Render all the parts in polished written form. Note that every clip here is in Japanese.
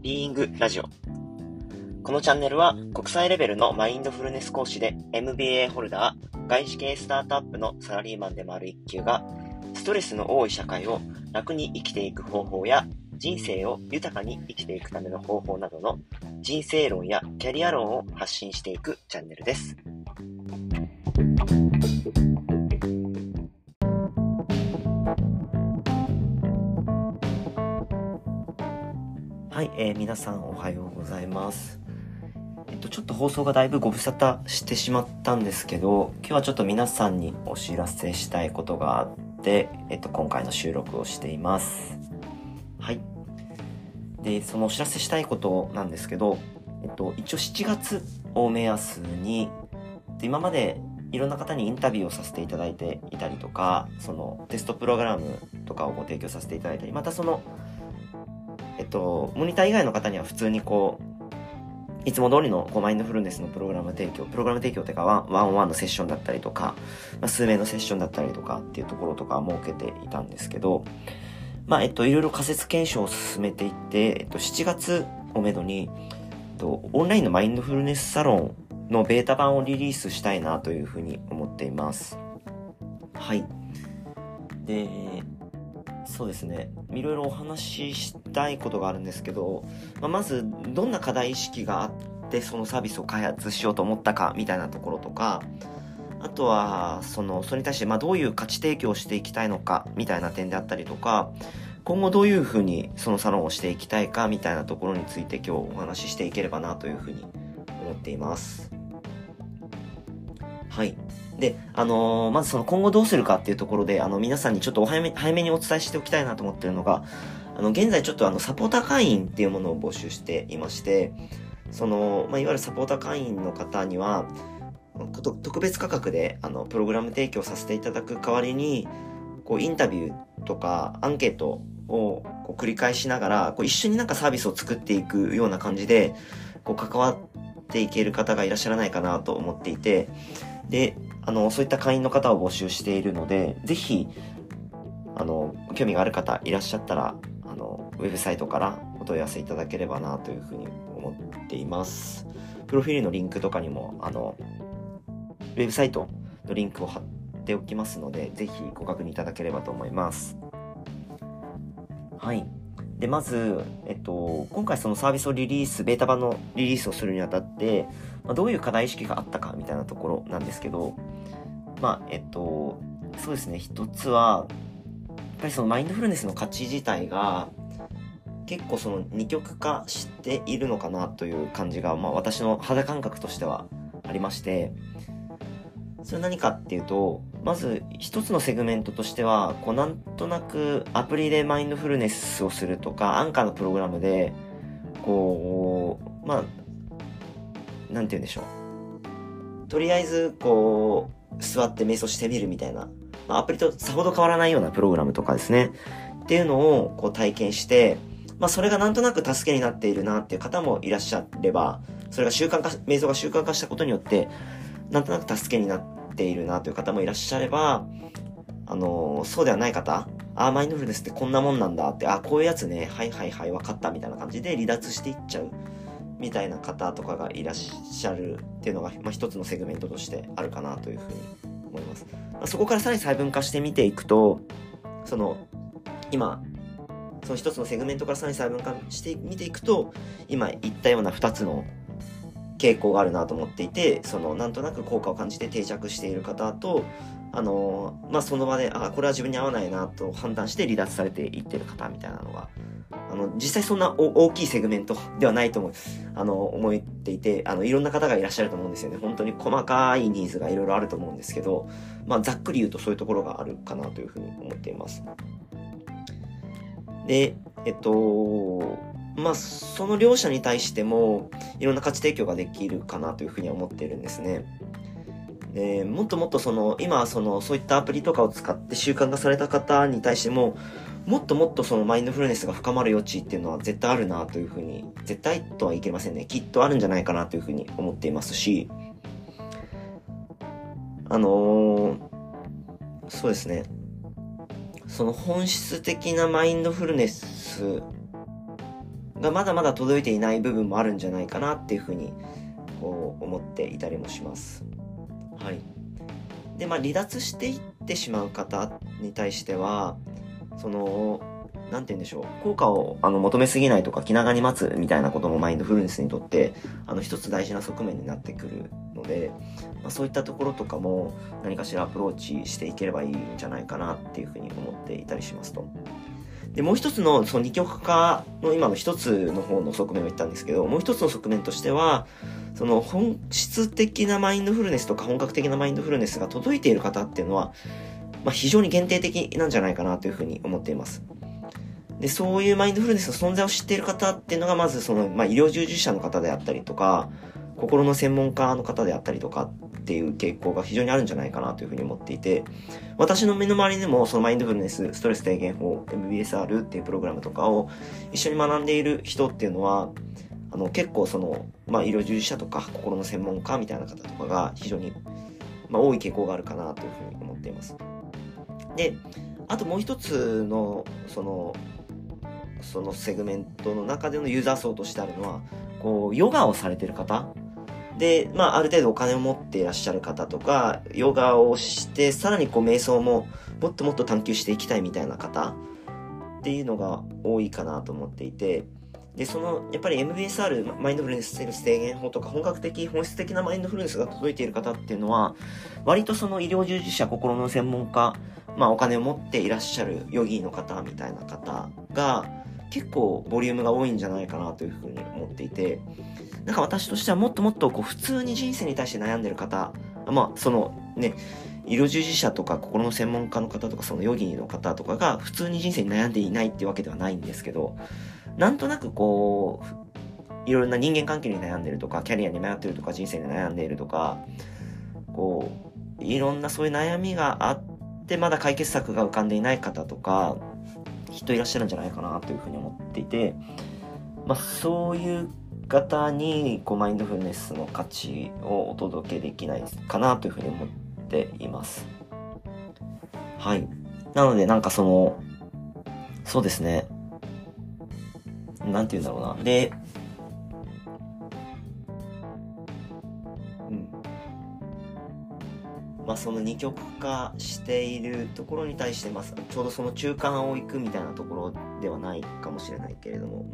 ビーイングラジオ。このチャンネルは国際レベルのマインドフルネス講師で MBA ホルダー、外資系スタートアップのサラリーマンでもある一級が、ストレスの多い社会を楽に生きていく方法や人生を豊かに生きていくための方法などの人生論やキャリア論を発信していくチャンネルです。はい、皆さんおはようございます。ちょっと放送がだいぶご無沙汰してしまったんですけど、今日はちょっと皆さんにお知らせしたいことがあって、今回の収録をしています。はい。で、そのお知らせしたいことなんですけど、一応7月を目安に、今までいろんな方にインタビューをさせていただいていたりとか、そのテストプログラムとかをご提供させていただいたり、またそのモニター以外の方には普通にいつも通りのマインドフルネスのプログラム提供っていうかワンオンワンのセッションだったりとか、数名のセッションだったりとかっていうところとか設けていたんですけど、いろいろ仮説検証を進めていって、7月をめどに、オンラインのマインドフルネスサロンのベータ版をリリースしたいなというふうに思っています。はい。で、そうですね。いろいろお話ししたいことがあるんですけど、まずどんな課題意識があってそのサービスを開発しようと思ったかみたいなところとか、あとはそれに対してどういう価値提供をしていきたいのかみたいな点であったりとか、今後どういうふうにそのサロンをしていきたいかみたいなところについて今日お話ししていければなというふうに思っています。はい。で、まずその今後どうするかっていうところで、皆さんにちょっと早めにお伝えしておきたいなと思ってるのが、現在ちょっとサポーター会員っていうものを募集していまして、いわゆるサポーター会員の方には、特別価格で、プログラム提供させていただく代わりに、インタビューとかアンケートを繰り返しながら、一緒にサービスを作っていくような感じで、関わっていける方がいらっしゃらないかなと思っていて、で、そういった会員の方を募集しているので、ぜひ、興味がある方いらっしゃったら、ウェブサイトからお問い合わせいただければなというふうに思っています。プロフィールのリンクとかにも、ウェブサイトのリンクを貼っておきますので、ぜひご確認いただければと思います。はい。で、まず、今回そのサービスをベータ版のリリースをするにあたって、どういう課題意識があったかみたいなところなんですけど、そうですね、一つは、やっぱりそのマインドフルネスの価値自体が、結構その二極化しているのかなという感じが、私の肌感覚としてはありまして、それは何かっていうと、まず一つのセグメントとしては、なんとなくアプリでマインドフルネスをするとか、アンカーのプログラムで、なんて言うんでしょう。とりあえず、座って瞑想してみるみたいな、アプリとさほど変わらないようなプログラムとかですね。っていうのを体験して、それがなんとなく助けになっているなっていう方もいらっしゃれば、それが瞑想が習慣化したことによって、なんとなく助けになっているなという方もいらっしゃれば、そうではない方、マインドフルネスってこんなもんなんだって、こういうやつね、はいはいはい、わかったみたいな感じで離脱していっちゃうみたいな方とかがいらっしゃるっていうのが、一つのセグメントとしてあるかなというふうに思います。そこからさらに細分化して見ていくと、今、その一つのセグメントからさらに細分化して見ていくと、今言ったような二つの傾向があるなと思っていて、なんとなく効果を感じて定着している方と、その場で、これは自分に合わないなと判断して離脱されていってる方みたいなのが、実際そんな大きいセグメントではないと思っていて、いろんな方がいらっしゃると思うんですよね。本当に細かいニーズがいろいろあると思うんですけど、ざっくり言うとそういうところがあるかなというふうに思っています。で、その両者に対してもいろんな価値提供ができるかなというふうには思っているんですね。で、もっともっと今そういったアプリとかを使って習慣化された方に対しても、もっともっとマインドフルネスが深まる余地っていうのは絶対あるなというふうに、絶対とは言い切れませんね。きっとあるんじゃないかなというふうに思っていますし、そうですね。その本質的なマインドフルネスがまだまだ届いていない部分もあるんじゃないかなっていうふうにこう思っていたりもします。はい。で、離脱していってしまう方に対しては、なんて言うんでしょう。効果を求めすぎないとか気長に待つみたいなこともマインドフルネスにとって一つ大事な側面になってくるので、そういったところとかも何かしらアプローチしていければいいんじゃないかなっていうふうに思っていたりしますと。で、もう一つのその二極化の今の一つの方の側面を言ったんですけど、もう一つの側面としては、その本質的なマインドフルネスとか本格的なマインドフルネスが届いている方っていうのは、非常に限定的なんじゃないかなというふうに思っています。で、そういうマインドフルネスの存在を知っている方っていうのが、まず医療従事者の方であったりとか、心の専門家の方であったりとかっていう傾向が非常にあるんじゃないかなというふうに思っていて、私の身の回りでもそのマインドフルネス、ストレス低減法、MBSR っていうプログラムとかを一緒に学んでいる人っていうのは、結構医療従事者とか心の専門家みたいな方とかが非常に、多い傾向があるかなというふうに思っています。で、あともう一つの、そのセグメントの中でのユーザー層としてあるのは、ヨガをされている方で、ある程度お金を持っていらっしゃる方とか、ヨガをして、さらに瞑想ももっともっと探求していきたいみたいな方っていうのが多いかなと思っていて、で、やっぱり MBSR、マインドフルネスストレス低減法とか、本格的、本質的なマインドフルネスが届いている方っていうのは、割と医療従事者、心の専門家、お金を持っていらっしゃるヨギーの方みたいな方が、結構ボリュームが多いんじゃないかなというふうに思っていて、私としてはもっともっと普通に人生に対して悩んでる方、医療従事者とか心の専門家の方とかヨギーの方とかが普通に人生に悩んでいないっていうわけではないんですけど、なんとなくいろんな人間関係に悩んでるとか、キャリアに迷ってるとか、人生に悩んでいるとか、いろんなそういう悩みがあって、まだ解決策が浮かんでいない方とか、きっといらっしゃるんじゃないかなというふうに思っていて、そういう方にマインドフルネスの価値をお届けできないかなというふうに思っています。はい。なのでそうですね。なんて言うんだろうな。で、その二極化しているところに対して、ちょうどその中間を行くみたいなところではないかもしれないけれども、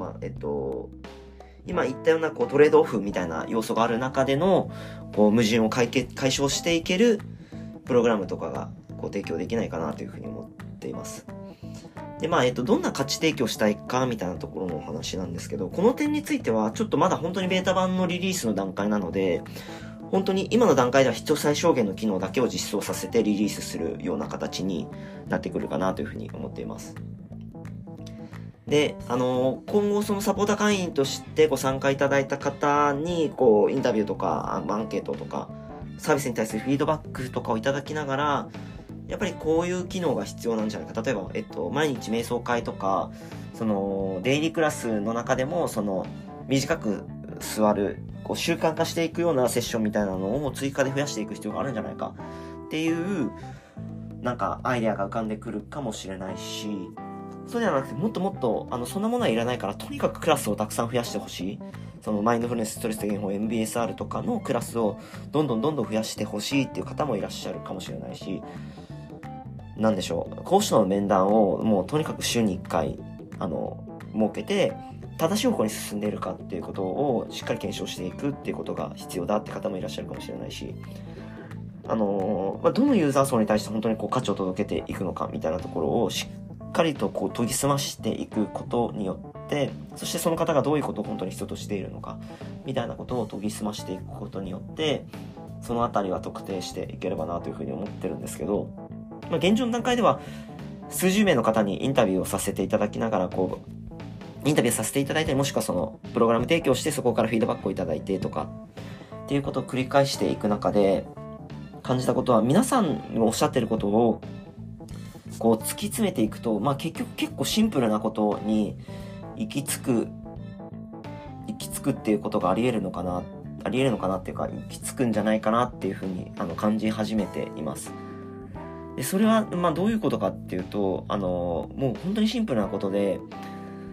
今言ったようなトレードオフみたいな要素がある中での矛盾を解消していけるプログラムとかが提供できないかなというふうに思っています。で、どんな価値提供したいかみたいなところのお話なんですけど、この点についてはちょっとまだ本当にベータ版のリリースの段階なので、本当に今の段階では必要最小限の機能だけを実装させてリリースするような形になってくるかなというふうに思っています。で、今後そのサポーター会員としてご参加いただいた方に、インタビューとか、アンケートとか、サービスに対するフィードバックとかをいただきながら、やっぱりこういう機能が必要なんじゃないか。例えば、毎日瞑想会とか、デイリークラスの中でも、短く座る、習慣化していくようなセッションみたいなのを追加で増やしていく必要があるんじゃないかっていう、アイデアが浮かんでくるかもしれないし、そうではなくて、もっともっと、そんなものはいらないから、とにかくクラスをたくさん増やしてほしい。マインドフルネスストレス低減法 MBSR とかのクラスをどんどん増やしてほしいっていう方もいらっしゃるかもしれないし、なんでしょう。講師との面談をもうとにかく週に1回、設けて、正しい方向に進んでいるかっていうことをしっかり検証していくっていうことが必要だって方もいらっしゃるかもしれないし、どのユーザー層に対して本当に価値を届けていくのかみたいなところをしっかりと研ぎ澄ましていくことによって、そしてその方がどういうことを本当に必要としているのかみたいなことを研ぎ澄ましていくことによって、そのあたりは特定していければなというふうに思ってるんですけど、現状の段階では数十名の方にインタビューをさせていただきながらインタビューさせていただいたり、もしくはプログラム提供してそこからフィードバックをいただいてとかっていうことを繰り返していく中で感じたことは、皆さんがおっしゃってることを突き詰めていくと、結局結構シンプルなことに行き着くっていうことがあり得るのかなっていうか、行き着くんじゃないかなっていうふうに感じ始めています。で、それはどういうことかっていうと、もう本当にシンプルなことで、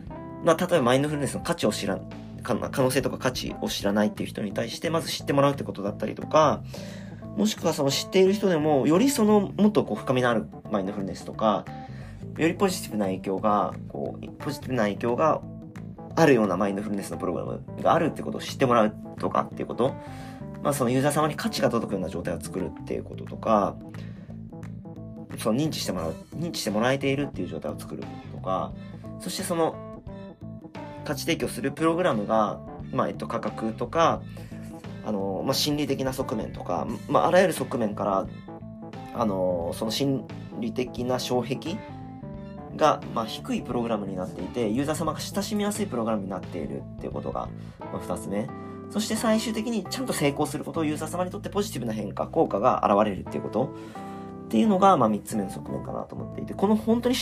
例えばマインドフルネスの価値を可能性とか価値を知らないっていう人に対して、まず知ってもらうってことだったりとか、もしくはその知っている人でも、よりそのもっと深みのあるマインドフルネスとか、よりポジティブな影響があるようなマインドフルネスのプログラムがあるってことを知ってもらうとかっていうこと、そのユーザー様に価値が届くような状態を作るっていうこととか、その認知してもらえているっていう状態を作るとか、そしてその価値提供するプログラムが、価格とか、心理的な側面とか、あらゆる側面から、その心理的な障壁が、低いプログラムになっていて、ユーザー様が親しみやすいプログラムになっているっていうことが、2つ目。そして最終的にちゃんと成功することをユーザー様にとってポジティブな効果が現れるっていうことっていうのが、3つ目の側面かなと思っていて、この本当に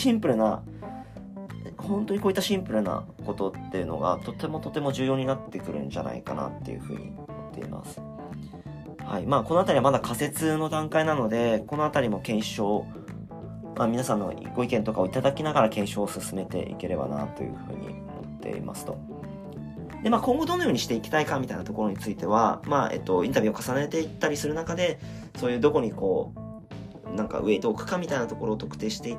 こういったシンプルなことっていうのがとても重要になってくるんじゃないかなっていうふうに思っています。はい。このあたりはまだ仮説の段階なので、このあたりも検証、皆さんのご意見とかをいただきながら検証を進めていければなというふうに思っていますと。で、今後どのようにしていきたいかみたいなところについては、インタビューを重ねていったりする中で、そういうどこにウェイトを置くかみたいなところを特定していって、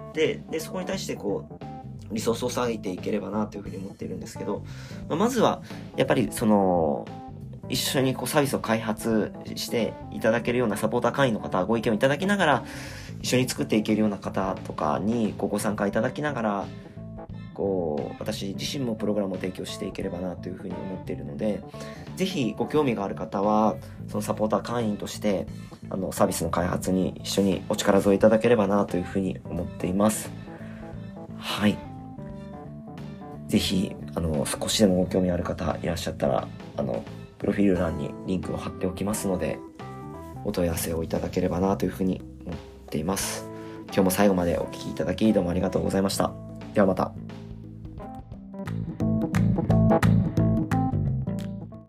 で、そこに対してリソースを割いていければなというふうに思っているんですけど、まずは、やっぱり一緒にサービスを開発していただけるようなサポーター会員の方、ご意見をいただきながら、一緒に作っていけるような方とかにご参加いただきながら、私自身もプログラムを提供していければなというふうに思っているので、ぜひご興味がある方は、そのサポーター会員として、サービスの開発に一緒にお力添えいただければなというふうに思っています。はい。ぜひ、少しでもご興味ある方いらっしゃったら、プロフィール欄にリンクを貼っておきますので、お問い合わせをいただければなというふうに思っています。今日も最後までお聞きいただきどうもありがとうございました。ではまた。